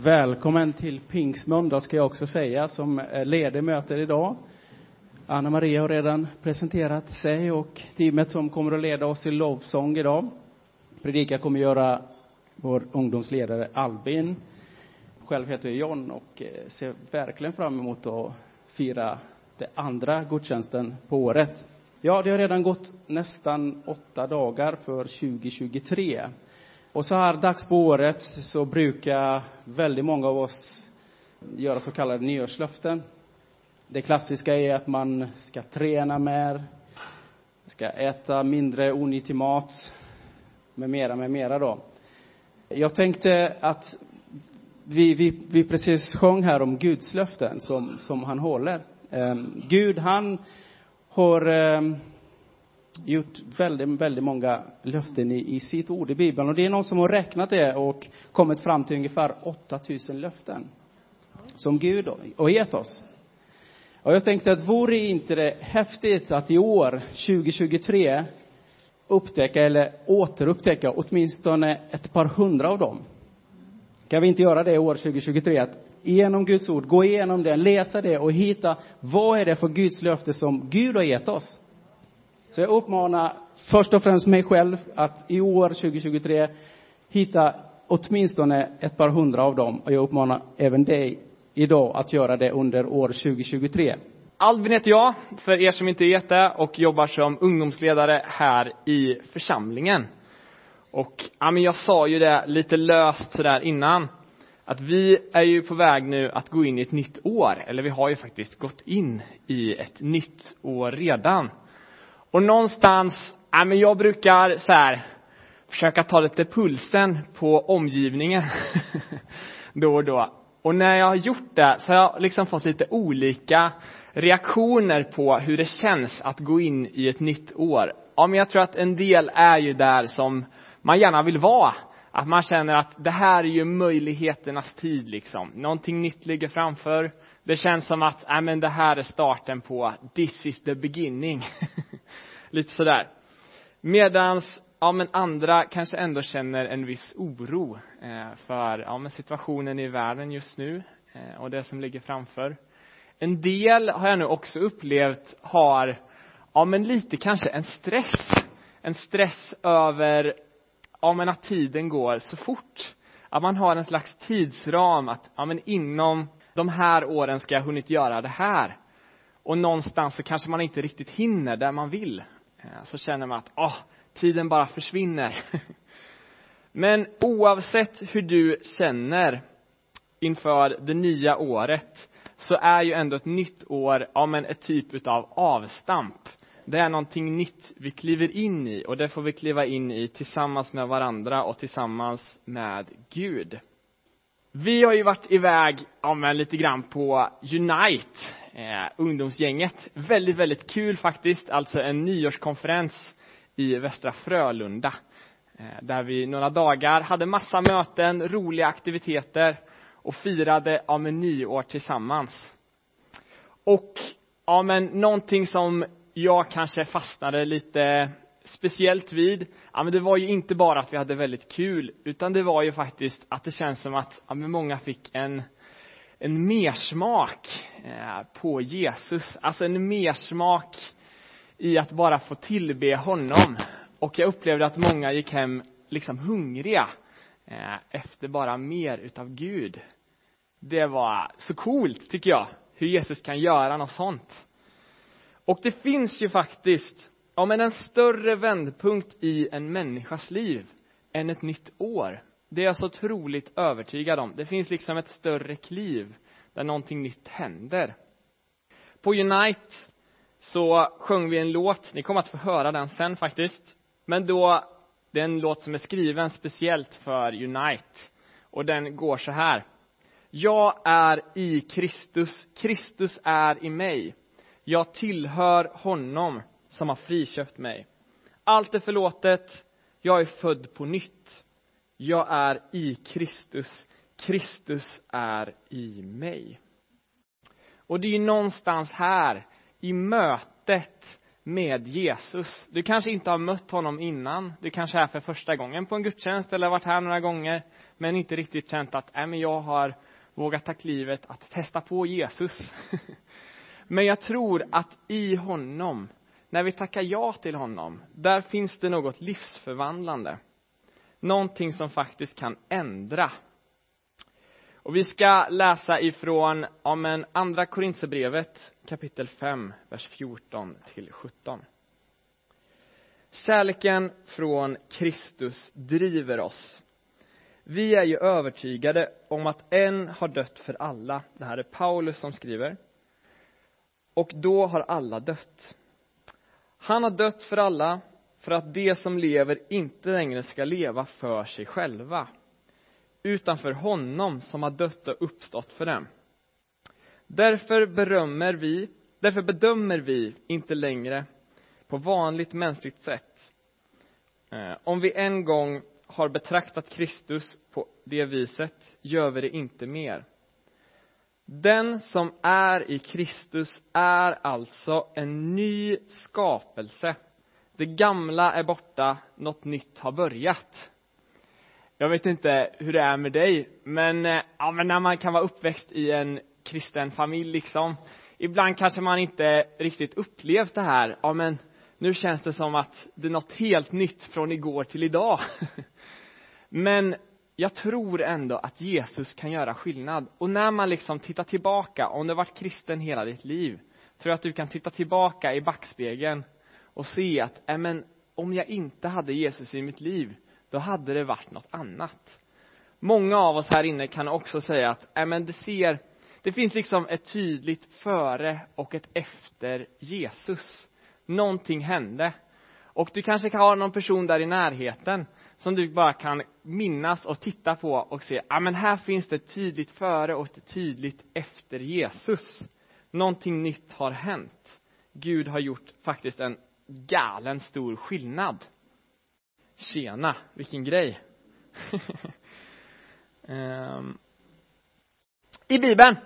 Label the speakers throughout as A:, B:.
A: Välkommen till Pingstmåndag ska jag också säga, som leder mötet idag. Anna-Maria har redan presenterat sig och teamet som kommer att leda oss i lovsång idag. Predika kommer göra vår ungdomsledare Albin. Själv heter jag John och ser verkligen fram emot att fira det andra gudstjänsten på året. Ja, det har redan gått nästan 8 dagar för 2023. Och så här dags på året så brukar väldigt många av oss göra så kallade nyårslöften. Det klassiska är att man ska träna mer, ska äta mindre onyttig mat, med mera då. Jag tänkte att vi precis sjöng här om Guds löften som han håller. Gud, han har gjort väldigt många löften i sitt ord i Bibeln. Och det är någon som har räknat det och kommit fram till ungefär 8000 löften som Gud har gett oss. Och jag tänkte att vore inte det häftigt att i år 2023 upptäcka eller återupptäcka åtminstone ett par hundra av dem. Kan vi inte göra det i år 2023? Att genom Guds ord, gå igenom det, läsa det och hitta vad är det för Guds löfte som Gud har gett oss. Så jag uppmanar först och främst mig själv att i år 2023 hitta åtminstone ett par hundra av dem. Och jag uppmanar även dig idag att göra det under år 2023.
B: Albin heter jag, för er som inte vet det, och jobbar som ungdomsledare här i församlingen. Och jag sa ju det lite löst sådär innan, att vi är ju på väg nu att gå in i ett nytt år. Eller vi har ju faktiskt gått in i ett nytt år redan. Och någonstans, jag brukar så här försöka ta lite pulsen på omgivningen då och då. Och när jag har gjort det så har jag liksom fått lite olika reaktioner på hur det känns att gå in i ett nytt år. Ja, men jag tror att en del är ju där som man gärna vill vara. Att man känner att det här är ju möjligheternas tid liksom. Någonting nytt ligger framför. Det känns som att det här är starten på this is the beginning. Lite sådär. Medans andra kanske ändå känner en viss oro för situationen i världen just nu och det som ligger framför. En del har jag nu också upplevt har lite kanske en stress. En stress över att tiden går så fort. Att man har en slags tidsram att inom de här åren ska jag hunnit göra det här. Och någonstans så kanske man inte riktigt hinner där man vill. Så känner man att tiden bara försvinner. Men oavsett hur du känner inför det nya året så är ju ändå ett nytt år ett typ av avstamp. Det är någonting nytt vi kliver in i, och det får vi kliva in i tillsammans med varandra och tillsammans med Gud. Vi har ju varit iväg lite grann på Unite, ungdomsgänget. Väldigt kul faktiskt, alltså en nyårskonferens i Västra Frölunda. Där vi några dagar hade massa möten, roliga aktiviteter och firade nyår tillsammans. Och någonting som jag kanske fastnade lite speciellt vid. Det var ju inte bara att vi hade väldigt kul, utan det var ju faktiskt att det känns som att många fick en mersmak på Jesus. Alltså en mersmak i att bara få tillbe honom. Och jag upplevde att många gick hem liksom hungriga efter bara mer utav Gud. Det var så coolt tycker jag, hur Jesus kan göra något sånt. Och det finns ju faktiskt en större vändpunkt i en människas liv än ett nytt år. Det är jag så otroligt övertygad om. Det finns liksom ett större kliv där någonting nytt händer. På Unite så sjöng vi en låt. Ni kommer att få höra den sen faktiskt. Men då, det är en låt som är skriven speciellt för Unite. Och den går så här. Jag är i Kristus. Kristus är i mig. Jag tillhör honom som har friköpt mig. Allt är förlåtet. Jag är född på nytt. Jag är i Kristus. Kristus är i mig. Och det är ju någonstans här i mötet med Jesus. Du kanske inte har mött honom innan. Du kanske är för första gången på en gudstjänst eller varit här några gånger. Men inte riktigt känt att men jag har vågat ta klivet att testa på Jesus. Men jag tror att i honom, när vi tackar ja till honom, där finns det något livsförvandlande. Någonting som faktiskt kan ändra. Och vi ska läsa ifrån andra Korinthierbrevet kapitel 5, vers 14-17. Kärleken från Kristus driver oss. Vi är ju övertygade om att en har dött för alla. Det här är Paulus som skriver. Och då har alla dött. Han har dött för alla, för att de som lever inte längre ska leva för sig själva, utan för honom som har dött och uppstått för dem. Därför bedömer vi inte längre på vanligt mänskligt sätt. Om vi en gång har betraktat Kristus på det viset, gör vi det inte mer. Den som är i Kristus är alltså en ny skapelse. Det gamla är borta, något nytt har börjat. Jag vet inte hur det är med dig, men när man kan vara uppväxt i en kristen familj liksom, ibland kanske man inte riktigt upplevt det här. Men nu känns det som att det är något helt nytt från igår till idag. Men jag tror ändå att Jesus kan göra skillnad. Och när man liksom tittar tillbaka, om du har varit kristen hela ditt liv, tror jag att du kan titta tillbaka i backspegeln och se att om jag inte hade Jesus i mitt liv, då hade det varit något annat. Många av oss här inne kan också säga att det finns liksom ett tydligt före och ett efter Jesus. Någonting hände. Och du kanske kan ha någon person där i närheten som du bara kan minnas och titta på och se, här finns det ett tydligt före och ett tydligt efter Jesus. Någonting nytt har hänt. Gud har gjort faktiskt en galen stor skillnad. Tjena, vilken grej. I Bibeln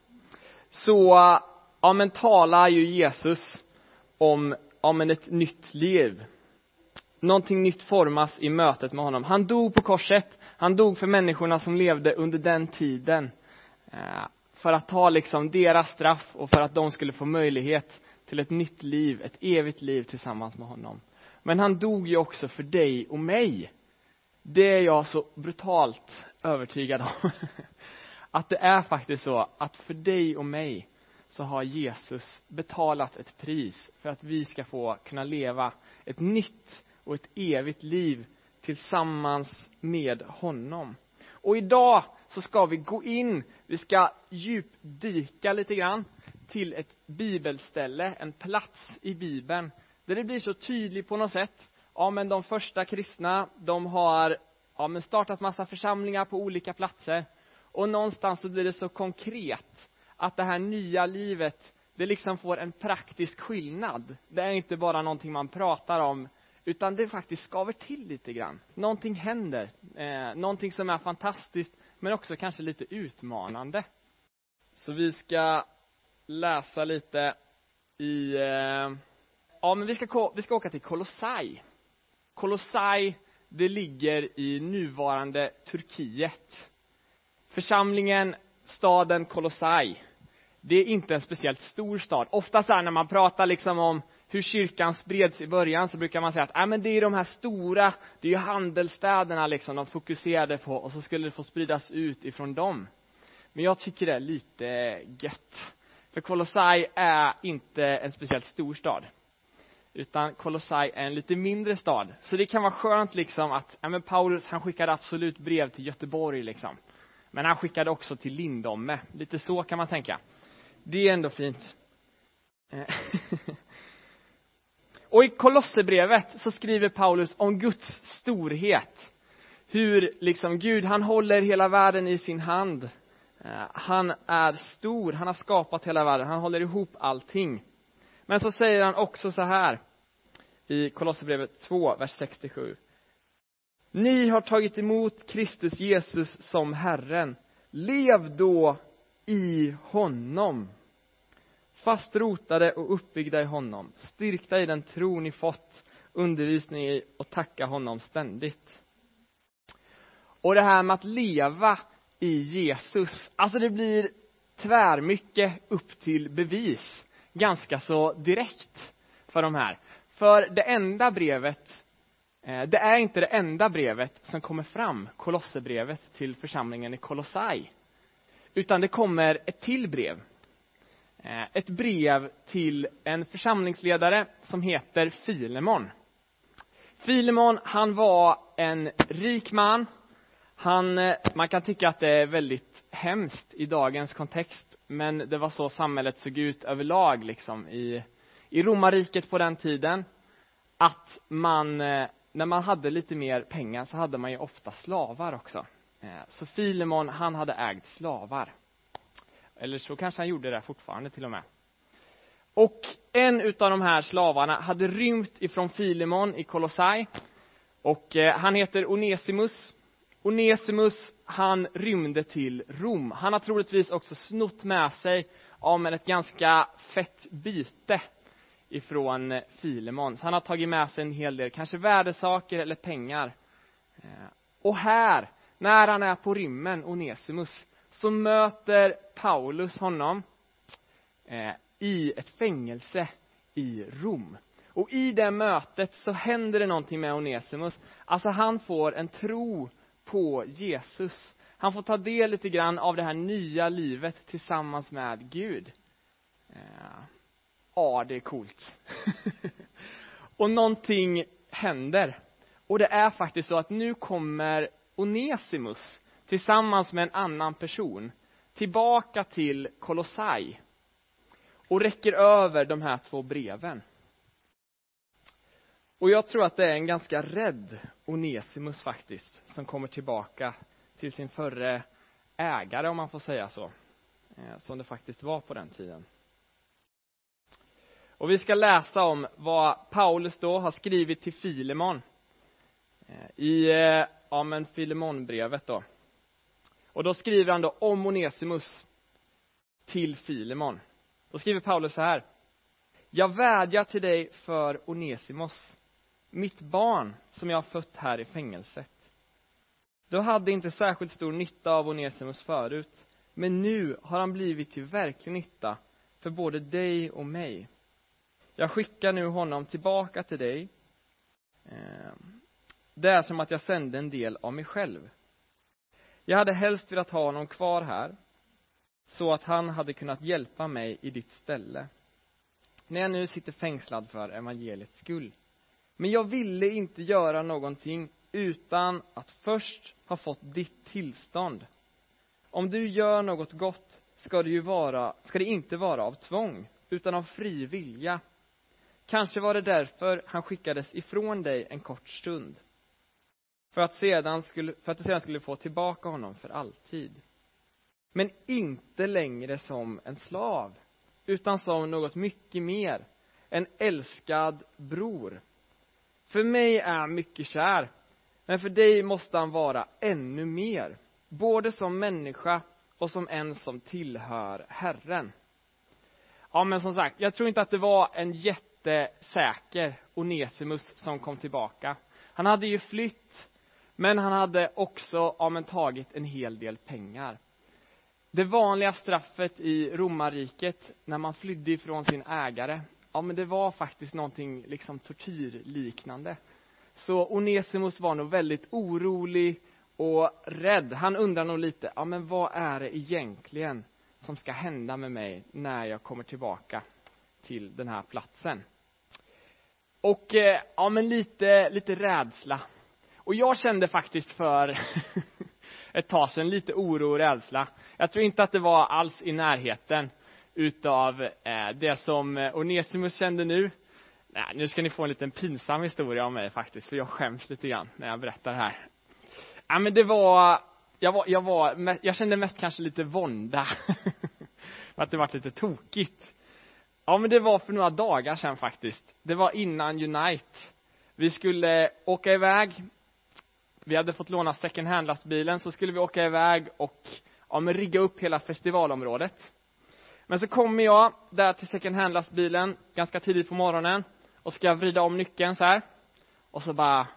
B: så talar ju Jesus om ett nytt liv. Någonting nytt formas i mötet med honom. Han dog på korset. Han dog för människorna som levde under den tiden. För att ta liksom deras straff och för att de skulle få möjlighet till ett nytt liv, ett evigt liv tillsammans med honom. Men han dog ju också för dig och mig. Det är jag så brutalt övertygad om. Att det är faktiskt så att för dig och mig så har Jesus betalat ett pris för att vi ska få kunna leva ett nytt och ett evigt liv tillsammans med honom. Och idag så ska vi gå in, vi ska djupdyka lite grann till ett bibelställe, en plats i Bibeln där det blir så tydligt på något sätt. Men de första kristna, de har startat massa församlingar på olika platser. Och någonstans så blir det så konkret att det här nya livet, det liksom får en praktisk skillnad. Det är inte bara någonting man pratar om, utan det faktiskt skaver till lite grann. Någonting händer, någonting som är fantastiskt, men också kanske lite utmanande. Så vi ska läsa lite i... men vi ska åka till Kolossai. Kolossai, det ligger i nuvarande Turkiet. Församlingen, staden Kolossai, det är inte en speciellt stor stad. Ofta så här när man pratar liksom om hur kyrkan spreds i början, så brukar man säga att det är de här stora, det är ju handelsstäderna liksom de fokuserade på, och så skulle det få spridas ut ifrån dem. Men jag tycker det är lite gött. För Kolossai är inte en speciellt stor stad, utan Kolossai är en lite mindre stad. Så det kan vara skönt liksom att Paulus, han skickade absolut brev till Göteborg liksom. Men han skickade också till Lindome. Lite så kan man tänka. Det är ändå fint. Och i Kolosserbrevet så skriver Paulus om Guds storhet. Hur liksom Gud, han håller hela världen i sin hand. Han är stor, han har skapat hela världen. Han håller ihop allting. Men så säger han också så här i Kolosserbrevet 2, vers 67. Ni har tagit emot Kristus Jesus som Herren. Lev då i honom. fast rotade och uppbyggda i honom, styrkta i den tro ni fått, undervisning i och tacka honom ständigt. Och det här med att leva i Jesus, alltså det blir tvärmycket upp till bevis, ganska så direkt för de här. För det är inte det enda brevet som kommer fram, Kolosserbrevet till församlingen i Kolossai. Utan det kommer ett till brev. Ett brev till en församlingsledare som heter Filemon. Filemon, han var en rik man. Man kan tycka att det är väldigt hemskt i dagens kontext. Men det var så samhället såg ut överlag liksom, i romarriket på den tiden. Att när man hade lite mer pengar så hade man ju ofta slavar också. Så Filemon, han hade ägt slavar. Eller så kanske han gjorde det fortfarande till och med. Och en utav de här slavarna hade rymt ifrån Filemon i Kolossai. Och han heter Onesimus. Onesimus, han rymde till Rom. Han har troligtvis också snott med sig ett ganska fett byte ifrån Filemon. Så han har tagit med sig en hel del, kanske värdesaker eller pengar. Och här, när han är på rymmen, Onesimus, så möter Paulus honom i ett fängelse i Rom. Och i det mötet så händer det någonting med Onesimus. Alltså han får en tro på Jesus. Han får ta del lite grann av det här nya livet tillsammans med Gud. Ja, det är coolt. Och någonting händer. Och det är faktiskt så att nu kommer Onesimus tillsammans med en annan person tillbaka till Kolossai och räcker över de här 2 breven. Och jag tror att det är en ganska rädd Onesimus faktiskt som kommer tillbaka till sin förre ägare, om man får säga så, som det faktiskt var på den tiden. Och vi ska läsa om vad Paulus då har skrivit till Filemon i Filemonbrevet då. Och då skriver han då om Onesimus till Filemon. Då skriver Paulus så här: jag vädjar till dig för Onesimus, mitt barn som jag har fött här i fängelset. Du hade inte särskilt stor nytta av Onesimus förut, men nu har han blivit till verklig nytta för både dig och mig. Jag skickar nu honom tillbaka till dig. Det är som att jag sände en del av mig själv. Jag hade helst velat ha honom kvar här, så att han hade kunnat hjälpa mig i ditt ställe, när jag nu sitter fängslad för evangeliets skull. Men jag ville inte göra någonting utan att först ha fått ditt tillstånd. Om du gör något gott ska det inte vara av tvång, utan av fri vilja. Kanske var det därför han skickades ifrån dig en kort stund, för att du sedan skulle få tillbaka honom för alltid. Men inte längre som en slav, utan som något mycket mer, en älskad bror. För mig är han mycket kär, men för dig måste han vara ännu mer, både som människa och som en som tillhör Herren. Ja, men som sagt, jag tror inte att det var en jättesäker Onesimus som kom tillbaka. Han hade ju flytt, men han hade också tagit en hel del pengar. Det vanliga straffet i romarriket när man flydde ifrån sin ägare, men det var faktiskt någonting liksom tortyrliknande. Så Onesimus var nog väldigt orolig och rädd. Han undrar nog lite, men vad är det egentligen som ska hända med mig när jag kommer tillbaka till den här platsen? Och lite rädsla. Och jag kände faktiskt för ett tag sedan lite oro och rädsla. Jag tror inte att det var alls i närheten utav det som Onesimus kände nu. Nej, nu ska ni få en liten pinsam historia om mig faktiskt, för jag skäms lite grann när jag berättar det här. Ja, men det var jag kände mest kanske lite vånda. Att det var lite tokigt. Ja, men det var för några dagar sedan faktiskt. Det var innan Unite. Vi skulle åka iväg. Vi hade fått låna second hand-lastbilen, så skulle vi åka iväg och rigga upp hela festivalområdet. Men så kommer jag där till second hand-lastbilen ganska tidigt på morgonen och ska vrida om nyckeln så här. Och så bara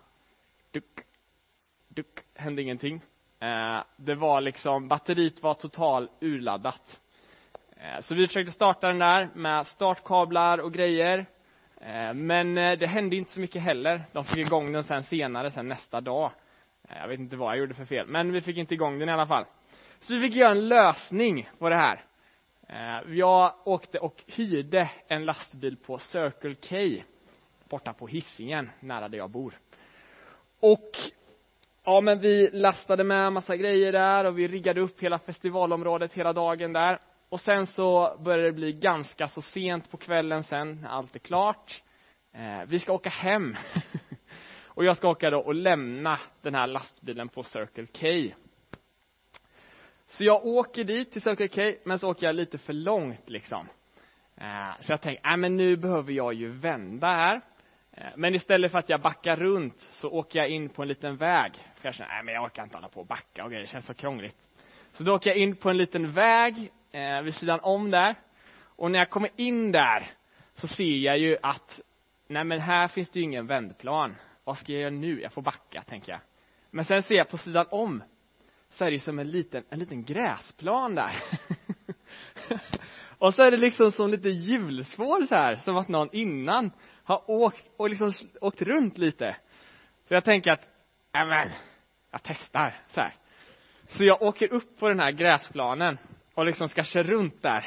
B: duck, hände ingenting. Det var liksom, batteriet var totalt urladdat. Så vi försökte starta den där med startkablar och grejer. Men det hände inte så mycket heller. De fick igång den sen nästa dag. Jag vet inte vad jag gjorde för fel, men vi fick inte igång den i alla fall. Så vi fick göra en lösning på det här. Jag åkte och hyrde en lastbil på Circle K borta på Hisingen, nära där jag bor. Och ja, men vi lastade med massa grejer där och vi riggade upp hela festivalområdet hela dagen där. Och sen så började det bli ganska så sent på kvällen sen, när allt är klart. Vi ska åka hem. Och jag ska åka då och lämna den här lastbilen på Circle K. Så jag åker dit till Circle K, men så åker jag lite för långt liksom. Så jag tänker, men nu behöver jag ju vända här. Men istället för att jag backar runt så åker jag in på en liten väg. För jag känner, men jag orkar inte hålla på och backa och grejer, det känns så krångligt. Så då åker jag in på en liten väg vid sidan om där. Och när jag kommer in där så ser jag ju att, nej men här finns det ju ingen vändplan. Vad ska jag göra nu? Jag får backa, tänker jag. Men sen ser jag på sidan om så är det som en liten gräsplan där. Och så är det liksom som lite hjulspår så här, som att någon innan har åkt runt lite. Så jag tänker att, jag testar så här. Så jag åker upp på den här gräsplanen och liksom ska köra runt där.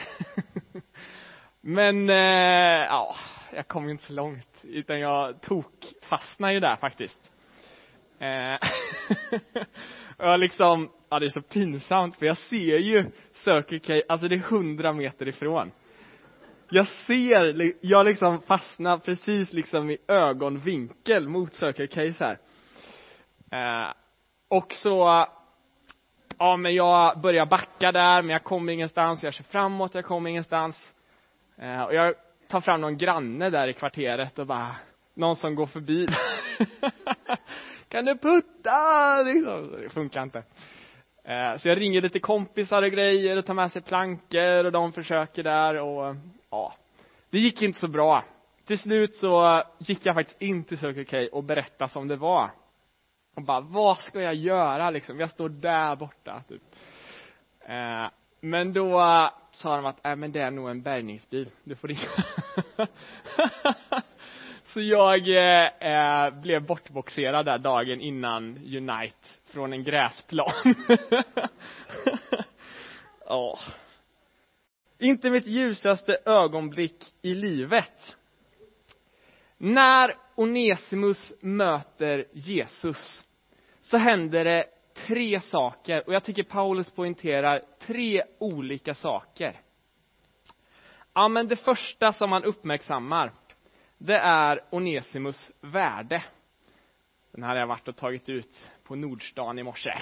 B: Men jag kom inte så långt, utan jag fastnade ju där faktiskt. Och liksom, det är så pinsamt för jag ser ju Circle K, alltså det är 100 meter ifrån. Jag liksom fastnar precis liksom i ögonvinkel mot Circle K så här. Och så, men jag börjar backa där, men jag kommer ingenstans. Jag kör framåt, jag kommer ingenstans. Och jag tar fram någon granne där i kvarteret och bara, någon som går förbi. Kan du putta? Det funkar inte. Så jag ringer lite kompisar och grejer och tar med sig plankor och de försöker där. Och det gick inte så bra. Till slut så gick jag faktiskt in till Circle K och berättade som det var. Och bara, vad ska jag göra liksom? Jag står där borta typ. Men då sa de att men det är nog en bärgningsbil. Du får ringa. Så jag blev bortboxerad där dagen innan Unite från en gräsplan. Inte mitt ljusaste ögonblick i livet. När Onesimus möter Jesus så händer det 3 saker. Och jag tycker Paulus poängterar 3 olika saker. Men det första som man uppmärksammar, det är Onesimus värde. Den här har jag varit och tagit ut på Nordstan i morse.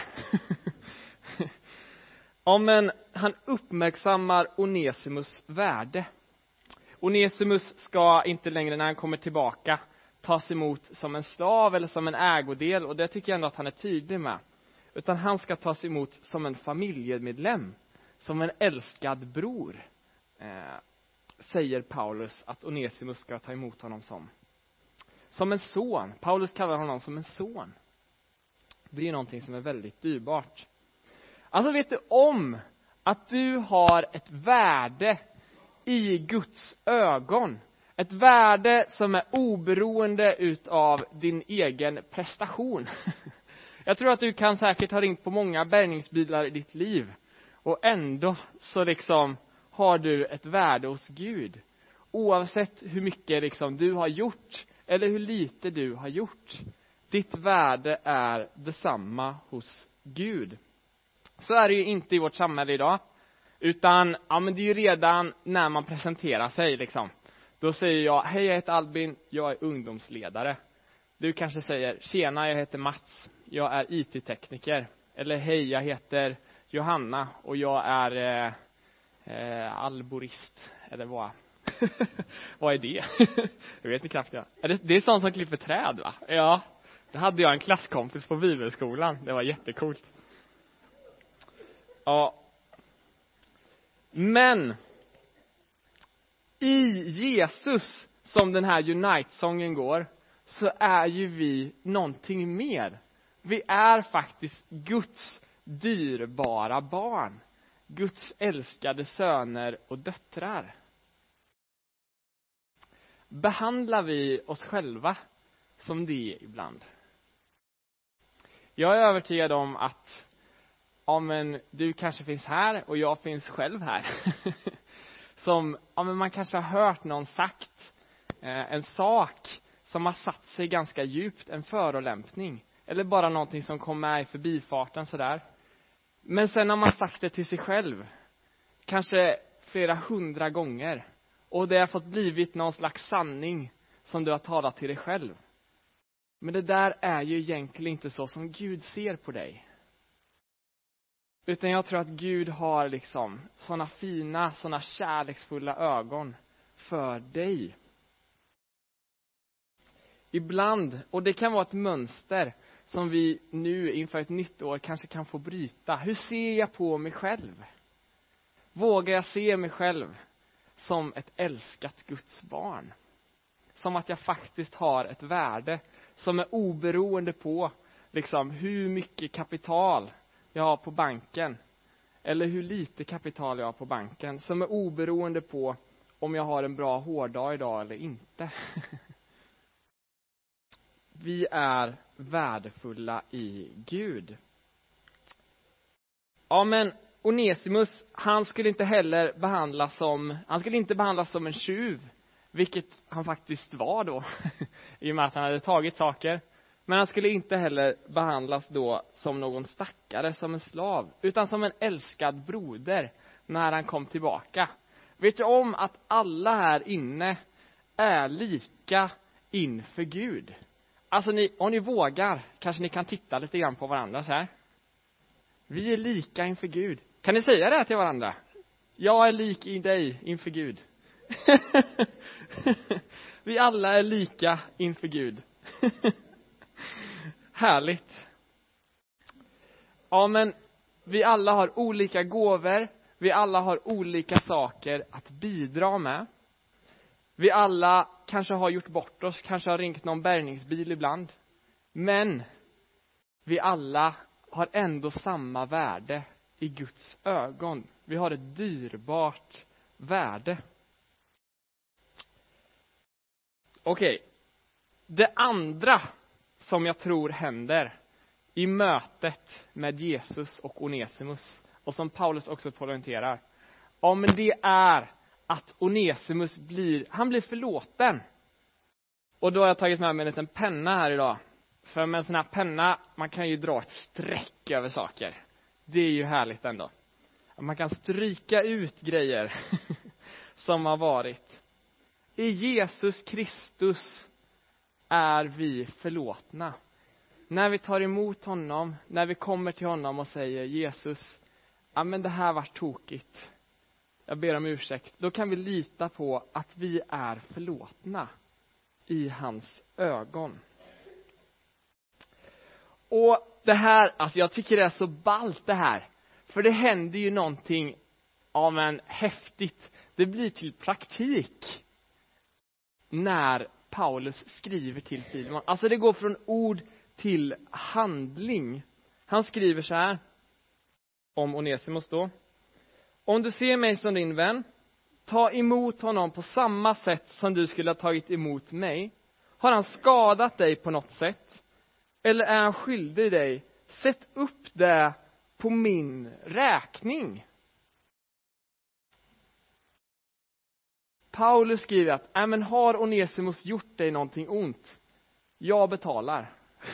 B: Men han uppmärksammar Onesimus värde. Onesimus ska inte längre när han kommer tillbaka tas emot som en slav eller som en ägodel. Och det tycker jag ändå att han är tydlig med. Utan han ska tas emot som en familjemedlem. Som en älskad bror. Säger Paulus att Onesimus ska ta emot honom som en son. Paulus kallar honom som en son. Det är någonting som är väldigt dyrbart. Alltså vet du om att du har ett värde i Guds ögon. Ett värde som är oberoende utav din egen prestation. Jag tror att du kan säkert ha ringt på många bärgningsbilar i ditt liv. Och ändå så liksom har du ett värde hos Gud. Oavsett hur mycket liksom du har gjort eller hur lite du har gjort. Ditt värde är detsamma hos Gud. Så är det ju inte i vårt samhälle idag. Utan men det är ju redan när man presenterar sig liksom. Då säger jag, hej jag heter Albin, jag är ungdomsledare. Du kanske säger, tjena jag heter Mats, jag är IT-tekniker. Eller hej jag heter Johanna och jag är alborist. Eller vad? Vad är det? Jag vet inte knappt jag. Det är sånt som klipper träd va? Ja, det hade jag en klasskompis på bibelskolan. Det var jättekult. Ja. Men I Jesus, som den här Unite-sången går, så är ju vi någonting mer. Vi är faktiskt Guds dyrbara barn. Guds älskade söner och döttrar. Behandlar vi oss själva som det ibland? Jag är övertygad om att du kanske finns här och jag finns själv här. Som man kanske har hört någon sagt en sak som har satt sig ganska djupt, en förolämpning. Eller bara någonting som kom med i förbifarten sådär. Men sen har man sagt det till sig själv. Kanske flera 100 gånger. Och det har fått blivit någon slags sanning som du har talat till dig själv. Men det där är ju egentligen inte så som Gud ser på dig. Utan jag tror att Gud har liksom såna fina, såna kärleksfulla ögon för dig. Ibland, och det kan vara ett mönster som vi nu inför ett nytt år kanske kan få bryta. Hur ser jag på mig själv? Vågar jag se mig själv som ett älskat Guds barn? Som att jag faktiskt har ett värde som är oberoende på liksom, hur mycket kapital jag har på banken. Eller hur lite kapital jag har på banken. Som är oberoende på om jag har en bra hårdag idag eller inte. Vi är värdefulla i Gud. Ja, men Onesimus, han skulle inte behandlas som en tjuv. Vilket han faktiskt var då. I och med att han hade tagit saker. Men han skulle inte heller behandlas då som någon stackare, som en slav. Utan som en älskad broder när han kom tillbaka. Vet du om att alla här inne är lika inför Gud? Alltså om ni vågar, kanske ni kan titta lite grann på varandra så här. Vi är lika inför Gud. Kan ni säga det till varandra? Jag är lik i dig inför Gud. Vi alla är lika inför Gud. Härligt. Ja, men vi alla har olika gåvor. Vi alla har olika saker att bidra med. Vi alla kanske har gjort bort oss. Kanske har ringt någon bärgningsbil ibland. Men vi alla har ändå samma värde i Guds ögon. Vi har ett dyrbart värde. Okej. Det andra som jag tror händer i mötet med Jesus och Onesimus, och som Paulus också poängterar, men det är att Onesimus blir förlåten. Och då har jag tagit med mig en liten penna här idag. För med en sån här penna, man kan ju dra ett streck över saker. Det är ju härligt ändå. Man kan stryka ut grejer som har varit. I Jesus Kristus är vi förlåtna. När vi tar emot honom, när vi kommer till honom och säger Jesus, men det här var tokigt. Jag ber om ursäkt. Då kan vi lita på att vi är förlåtna i hans ögon. Och det här, alltså jag tycker det är så ballt det här. För det händer ju någonting häftigt. Det blir till praktik när Paulus skriver till Filemon. Alltså det går från ord till handling. Han skriver så här om Onesimus då. Om du ser mig som din vän, ta emot honom på samma sätt som du skulle ha tagit emot mig. Har han skadat dig på något sätt? Eller är han skyldig dig? Sätt upp det på min räkning. Paulus skriver att har Onesimus gjort dig någonting ont? Jag betalar.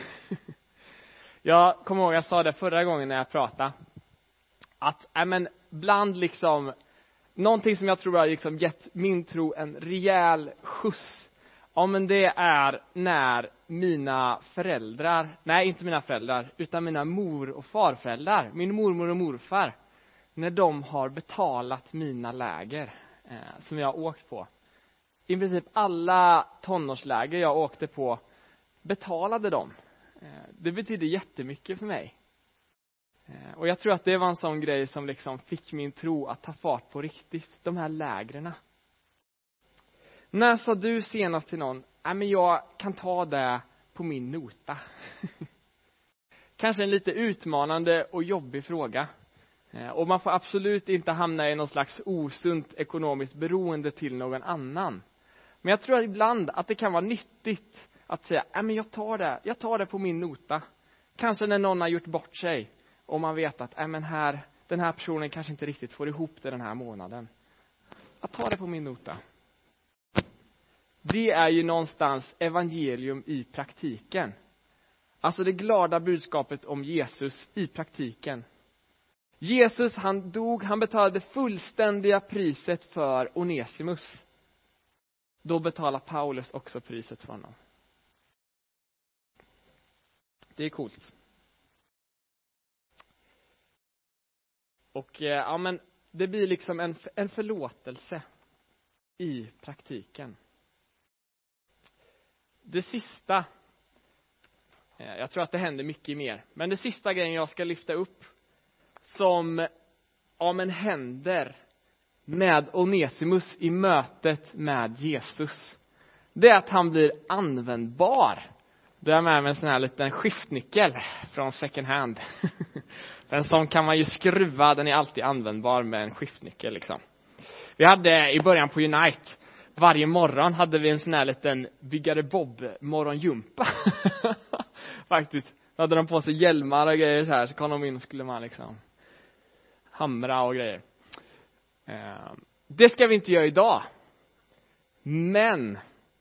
B: Jag kommer ihåg jag sa det förra gången när jag pratade. Att bland liksom någonting som jag tror har liksom gett min tro en rejäl skjuts. Det är när mina föräldrar, nej inte mina föräldrar, utan mina mor- och farföräldrar, min mormor och morfar, när de har betalat mina läger som jag har åkt på. I princip alla tonårsläger jag åkte på betalade de. Det betyder jättemycket för mig. Och jag tror att det var en sån grej som liksom fick min tro att ta fart på riktigt. De här lägren. När sa du senast till någon, men jag kan ta det på min nota? Kanske en lite utmanande och jobbig fråga. Och man får absolut inte hamna i någon slags osunt ekonomiskt beroende till någon annan. Men jag tror ibland att det kan vara nyttigt att säga, men jag tar det på min nota. Kanske när någon har gjort bort sig och man vet att den här personen kanske inte riktigt får ihop det den här månaden. Att ta det på min nota. Det är ju någonstans evangelium i praktiken. Alltså det glada budskapet om Jesus i praktiken. Jesus, han dog, han betalade fullständiga priset för Onesimus. Då betalar Paulus också priset för honom. Det är coolt. Och det blir liksom en förlåtelse i praktiken. Det sista, jag tror att det händer mycket mer, men det sista grejen jag ska lyfta upp som händer med Onesimus i mötet med Jesus, det är att han blir användbar. Det är med en sån här liten skiftnyckel från second hand. För en sån kan man ju skruva, den är alltid användbar med en skiftnyckel liksom. Vi hade i början på Unite, varje morgon hade vi en sån här liten byggare Bob morgonjumpa. Faktiskt. Då hade de på sig hjälmar och grejer så här, så kom de in och skulle man liksom hamra och grejer. Det ska vi inte göra idag. Men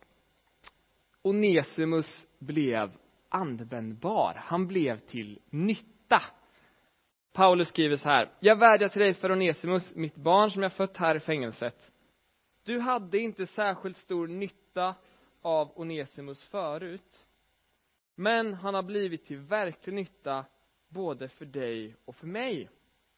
B: Onesimus blev användbar. Han blev till nytta. Paulus skriver så här: jag vädjar till dig för Onesimus, mitt barn som jag fött här i fängelset. Du hade inte särskilt stor nytta av Onesimus förut, men han har blivit till verklig nytta både för dig och för mig.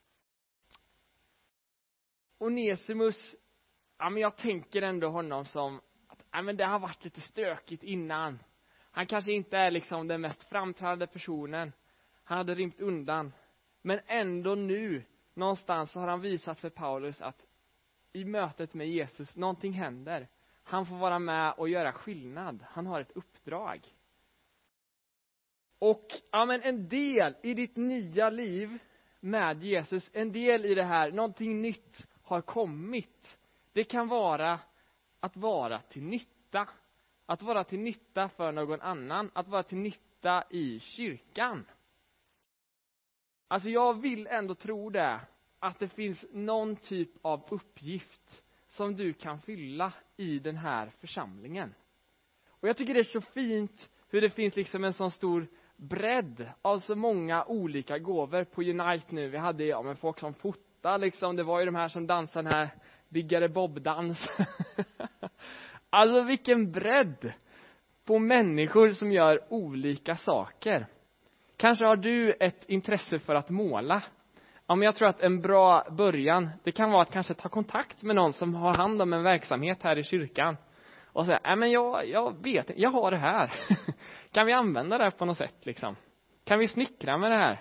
B: Onesimus, jag tänker ändå honom som att det har varit lite stökigt innan. Han kanske inte är liksom den mest framträdande personen. Han hade rymt undan. Men ändå nu, någonstans så har han visat för Paulus att i mötet med Jesus, någonting händer. Han får vara med och göra skillnad. Han har ett uppdrag. Och en del i ditt nya liv med Jesus, en del i det här, någonting nytt har kommit. Det kan vara att vara till nytta. Att vara till nytta för någon annan. Att vara till nytta i kyrkan. Alltså jag vill ändå tro det. Att det finns någon typ av uppgift som du kan fylla i den här församlingen. Och jag tycker det är så fint hur det finns liksom en sån stor bredd av så många olika gåvor på Unite nu. Vi hade folk som fotar liksom. Det var ju de här som dansar den här byggare Bob-dans. Alltså vilken bredd på människor som gör olika saker. Kanske har du ett intresse för att måla. Men jag tror att en bra början, det kan vara att kanske ta kontakt med någon som har hand om en verksamhet här i kyrkan. Och säga, men jag vet, jag har det här. Kan vi använda det på något sätt liksom? Kan vi snickra med det här?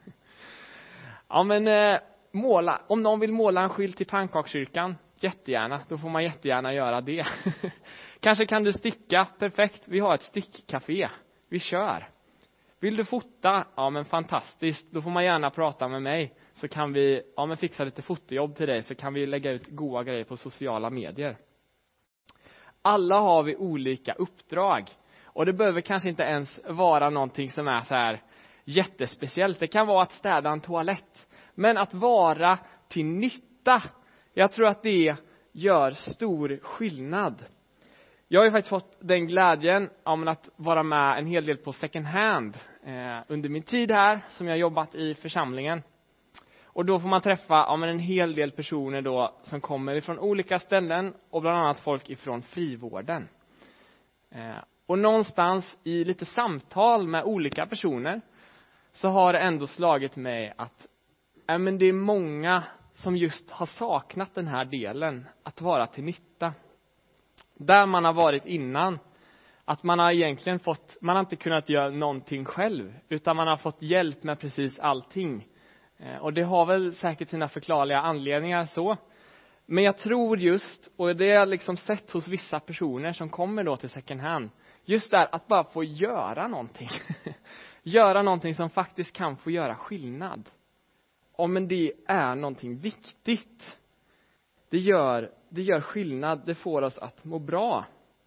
B: Måla. Om någon vill måla en skylt till pannkakskyrkan, jättegärna. Då får man jättegärna göra det. Kanske kan du sticka, perfekt. Vi har ett stickcafé. Vi kör. Vill du fota? Fantastiskt. Då får man gärna prata med mig. Så kan vi fixa lite fotojobb till dig. Så kan vi lägga ut goda grejer på sociala medier. Alla har vi olika uppdrag. Och det behöver kanske inte ens vara någonting som är så här jättespeciellt. Det kan vara att städa en toalett. Men att vara till nytta. Jag tror att det gör stor skillnad. Jag har ju faktiskt fått den glädjen att vara med en hel del på second hand under min tid här som jag jobbat i församlingen. Och då får man träffa en hel del personer då som kommer ifrån olika ställen och bland annat folk ifrån frivården. Och någonstans i lite samtal med olika personer så har det ändå slagit mig att det är många som just har saknat den här delen att vara till nytta. Där man har varit innan, att man har egentligen man har inte kunnat göra någonting själv, utan man har fått hjälp med precis allting. Och det har väl säkert sina förklarliga anledningar så. Men jag tror just, och det har jag liksom sett hos vissa personer som kommer då till second hand, just där att bara få göra någonting. Göra någonting som faktiskt kan få göra skillnad. Men det är någonting viktigt. Det gör skillnad, det får oss att må bra.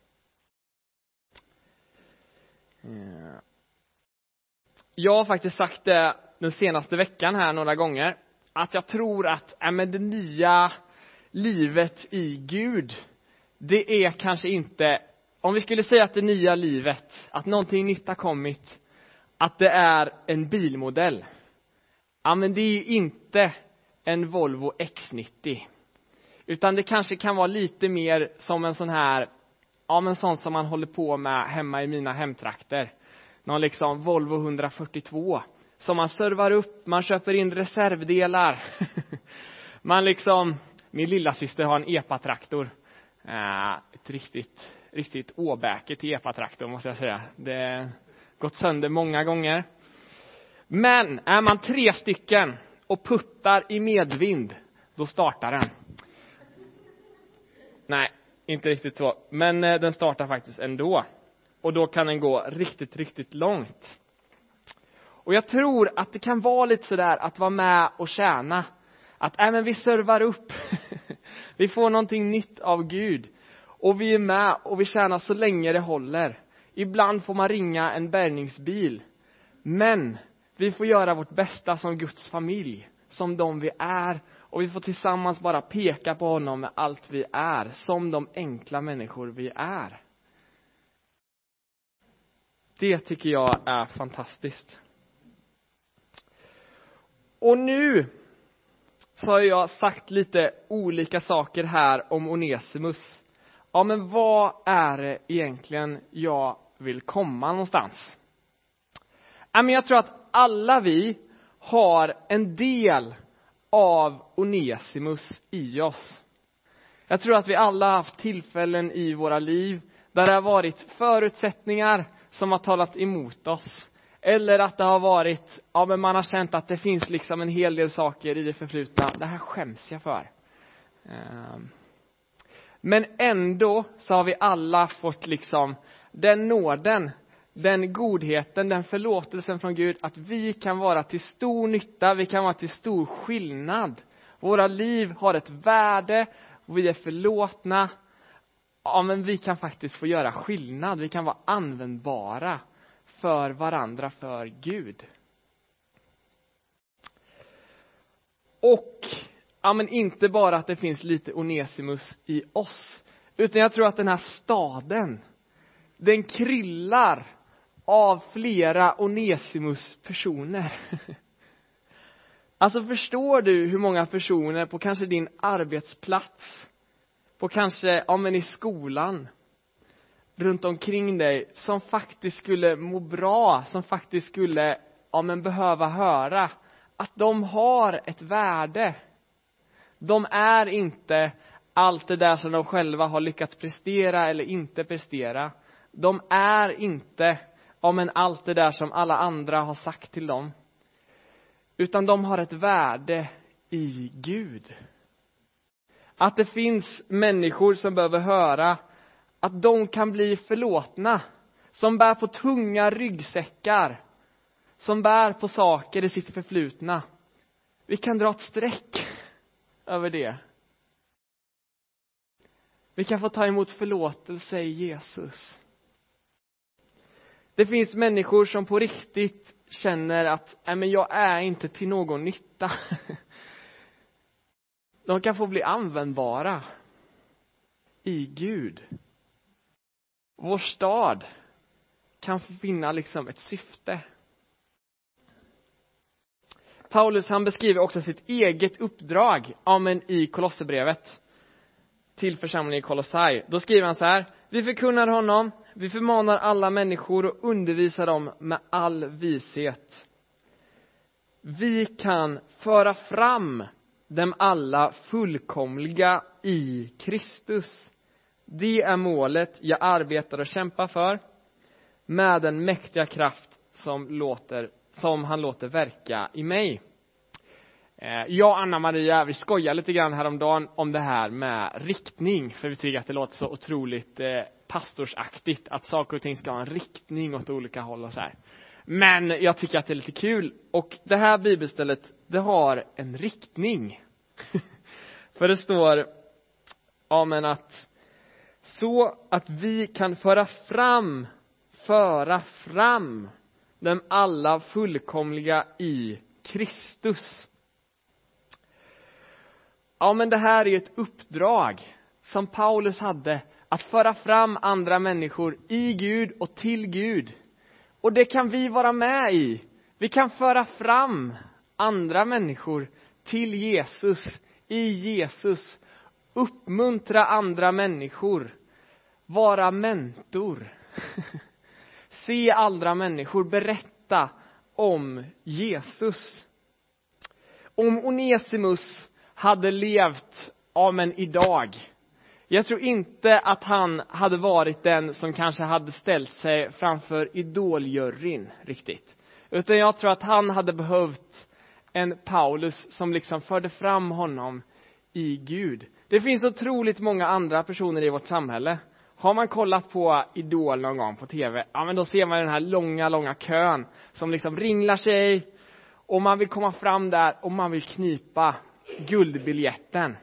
B: Jag har faktiskt sagt det den senaste veckan här några gånger, att jag tror att det nya livet i Gud, det är kanske inte, om vi skulle säga att det nya livet, att någonting nytt har kommit, att det är en bilmodell. Men det är inte en Volvo X90. Utan det kanske kan vara lite mer som en sån här, en sån som man håller på med hemma i mina hemtrakter. Någon liksom Volvo 142 som man servar upp, man köper in reservdelar. Man liksom, min lilla syster har en EPA-traktor. Ett riktigt åbäke till EPA-traktor måste jag säga. Det har gått sönder många gånger. Men är man 3 stycken och puttar i medvind, då startar den. Nej, inte riktigt så. Men den startar faktiskt ändå. Och då kan den gå riktigt långt. Och jag tror att det kan vara lite sådär att vara med och tjäna. Att vi servar upp. Vi får någonting nytt av Gud. Och vi är med och vi tjänar så länge det håller. Ibland får man ringa en bärgningsbil. Men vi får göra vårt bästa som Guds familj. Som de vi är. Och vi får tillsammans bara peka på honom med allt vi är. Som de enkla människor vi är. Det tycker jag är fantastiskt. Och nu så har jag sagt lite olika saker här om Onesimus. Men vad är det egentligen jag vill komma någonstans? Men jag tror att alla vi har en del av Onesimus i oss. Jag tror att vi alla har haft tillfällen i våra liv där det har varit förutsättningar som har talat emot oss. Eller att det har varit, men man har känt att det finns liksom en hel del saker i det förflutna. Det här skäms jag för. Men ändå så har vi alla fått liksom den nåden, den godheten, den förlåtelsen från Gud. Att vi kan vara till stor nytta, vi kan vara till stor skillnad. Våra liv har ett värde och vi är förlåtna. Men vi kan faktiskt få göra skillnad, vi kan vara användbara för varandra, för Gud. Och men inte bara att det finns lite Onesimus i oss, utan jag tror att den här staden, den kryllar av flera Onesimus personer. Alltså förstår du hur många personer på kanske din arbetsplats, på kanske i skolan, runt omkring dig, som faktiskt skulle må bra, som faktiskt skulle behöva höra att de har ett värde. De är inte allt det där som de själva har lyckats prestera eller inte prestera. De är inte allt det där som alla andra har sagt till dem. Utan de har ett värde i Gud. Att det finns människor som behöver höra att de kan bli förlåtna. Som bär på tunga ryggsäckar. Som bär på saker i sitt förflutna. Vi kan dra ett streck över det. Vi kan få ta emot förlåtelse i Jesus. Det finns människor som på riktigt känner att jag är inte till någon nytta. De kan få bli användbara i Gud. Vår stad kan finna liksom ett syfte. Paulus, han beskriver också sitt eget uppdrag i Kolosserbrevet till församlingen i Kolossai. Då skriver han så här: vi förkunnar honom, vi förmanar alla människor och undervisar dem med all vishet. Vi kan föra fram dem alla fullkomliga i Kristus. Det är målet jag arbetar och kämpar för, med den mäktiga kraft som han låter verka i mig. Jag och Anna-Maria, vi skojar lite grann häromdagen om det här med riktning. För vi tycker att det låter så otroligt pastorsaktigt. Att saker och ting ska ha en riktning åt olika håll och så här. Men jag tycker att det är lite kul. Och det här bibelstället, det har en riktning. För det står, amen, att så att vi kan föra fram dem alla fullkomliga i Kristus. Ja, men det här är ett uppdrag som Paulus hade, att föra fram andra människor i Gud och till Gud. Och det kan vi vara med i. Vi kan föra fram andra människor till Jesus, i Jesus. Uppmuntra andra människor. Vara mentor. Se andra människor, berätta om Jesus. Om Onesimus hade levt idag. Jag tror inte att han hade varit den som kanske hade ställt sig framför idoljuryn riktigt. Utan jag tror att han hade behövt en Paulus som liksom förde fram honom i Gud. Det finns otroligt många andra personer i vårt samhälle. Har man kollat på Idol någon gång på tv, ja men då ser man den här långa kön som liksom ringlar sig. Och man vill komma fram där och man vill knipa guldbiljetten.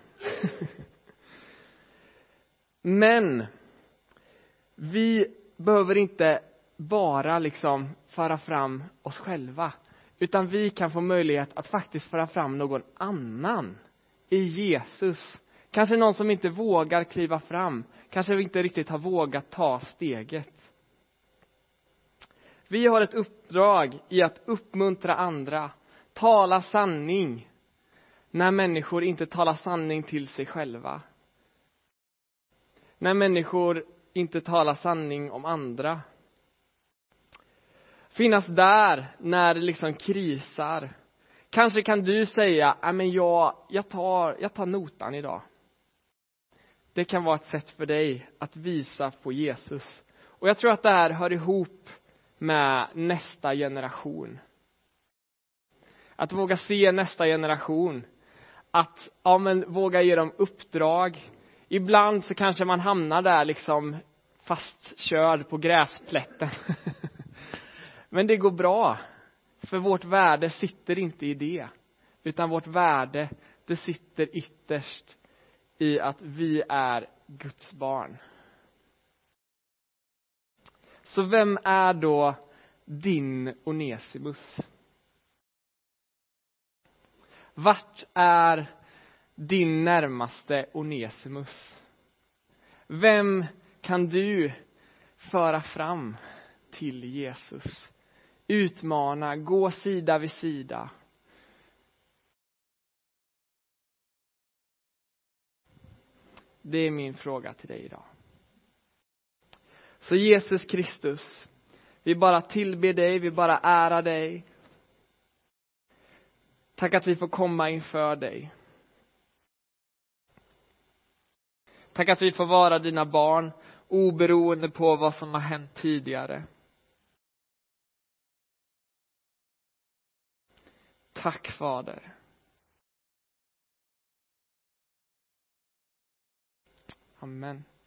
B: Men vi behöver inte bara liksom föra fram oss själva. Utan vi kan få möjlighet att faktiskt föra fram någon annan i Jesus. Kanske någon som inte vågar kliva fram. Kanske inte riktigt har vågat ta steget. Vi har ett uppdrag i att uppmuntra andra. Tala sanning. När människor inte talar sanning till sig själva. När människor inte talar sanning om andra. Finnas där när det liksom krisar. Kanske kan du säga, men jag tar notan idag. Det kan vara ett sätt för dig att visa på Jesus. Och jag tror att det här hör ihop med nästa generation. Att våga se nästa generation. Att våga ge dem uppdrag. Ibland så kanske man hamnar där liksom fastkörd på gräsplätten. Men det går bra. För vårt värde sitter inte i det. Utan vårt värde, det sitter ytterst i att vi är Guds barn. Så vem är då din Onesimus? Vart är din närmaste Onesimus? Vem kan du föra fram till Jesus? Utmana, gå sida vid sida. Det är min fråga till dig idag. Så Jesus Kristus, vi bara tillber dig, vi bara ärar dig. Tack att vi får komma inför dig. Tack att vi får vara dina barn, oberoende på vad som har hänt tidigare. Tack, Fader. Amen.